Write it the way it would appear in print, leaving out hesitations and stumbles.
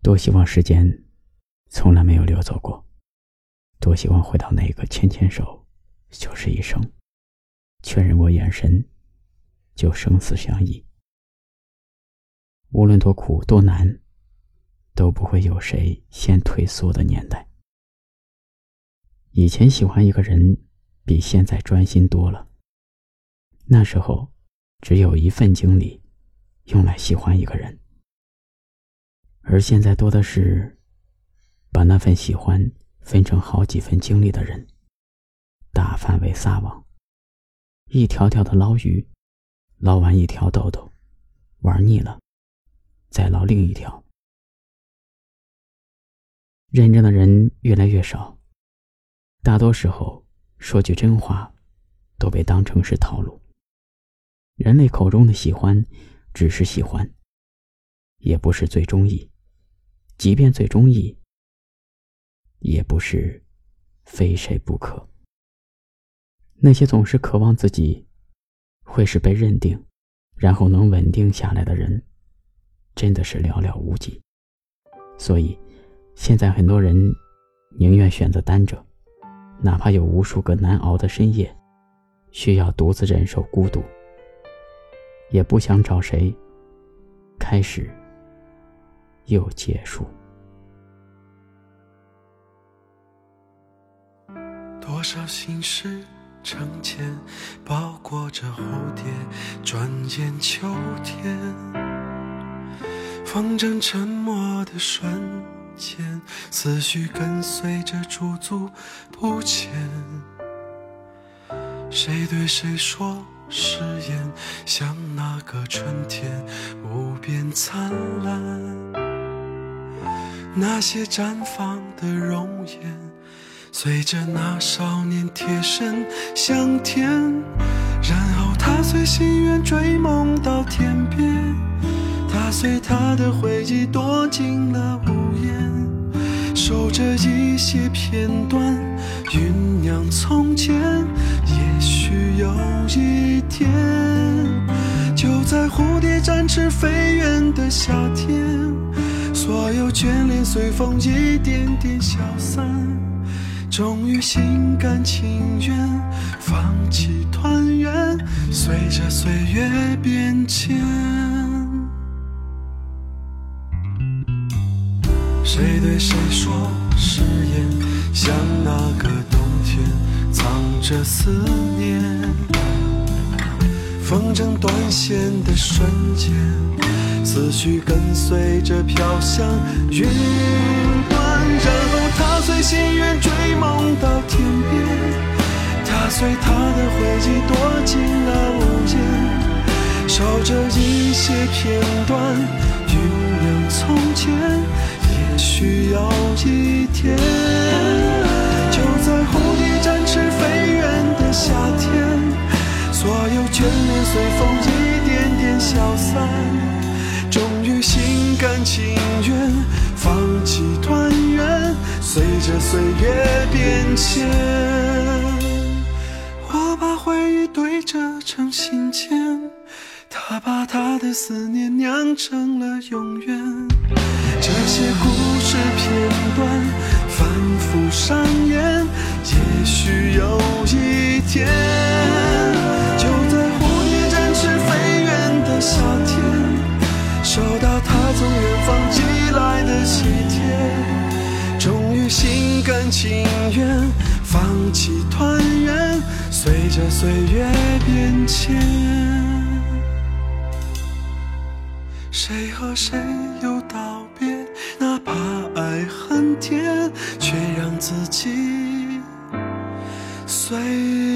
多希望时间从来没有流走过，多希望回到那个牵牵手就是一生，确认过眼神就生死相依。无论多苦多难，都不会有谁先退缩的年代。以前喜欢一个人比现在专心多了，那时候只有一份精力用来喜欢一个人，而现在多的是把那份喜欢分成好几份精力的人，大范围撒网，一条条的捞鱼，捞完一条豆豆，玩腻了再捞另一条。认真的人越来越少，大多时候说句真话都被当成是套路。人类口中的喜欢只是喜欢，也不是最中意，即便最中意也不是非谁不可。那些总是渴望自己会是被认定然后能稳定下来的人，真的是寥寥无几。所以现在很多人宁愿选择单着，哪怕有无数个难熬的深夜需要独自忍受孤独，也不想找谁开始又结束。 多少心事成茧，包裹着蝴蝶，转眼秋天。风筝沉默的瞬间，思绪跟随着驻足不前。谁对谁说誓言，像那个春天无边灿烂。那些绽放的容颜，随着那少年贴身向天，然后他随心愿追梦到天边，他随他的回忆躲进了屋檐，守着一些片段酝酿从前。也许有一天，就在蝴蝶展翅飞远的夏天，所有眷恋随风一点点消散，终于心甘情愿放弃团圆，随着岁月变迁。谁对谁说誓言，像那个冬天藏着思念。风筝断线的瞬间，思绪跟随着飘向云端，然后他随心愿追梦到天边，他随他的回忆躲进了屋檐，守着一些片段酝酿从前。也许有一天，就在蝴蝶展翅飞远的夏天，所有眷恋随风一点点消散，终于心甘情愿放弃团圆，随着岁月变迁。我把回忆堆着成信笺，他把他的思念酿成了永远。这些故事片段反复上演，也许有一天，就在蝴蝶展翅飞远的夏天，收到他从远方寄来的喜帖，终于心甘情愿放弃团圆，随着岁月变迁。谁和谁又道别，哪怕爱很甜，却让自己随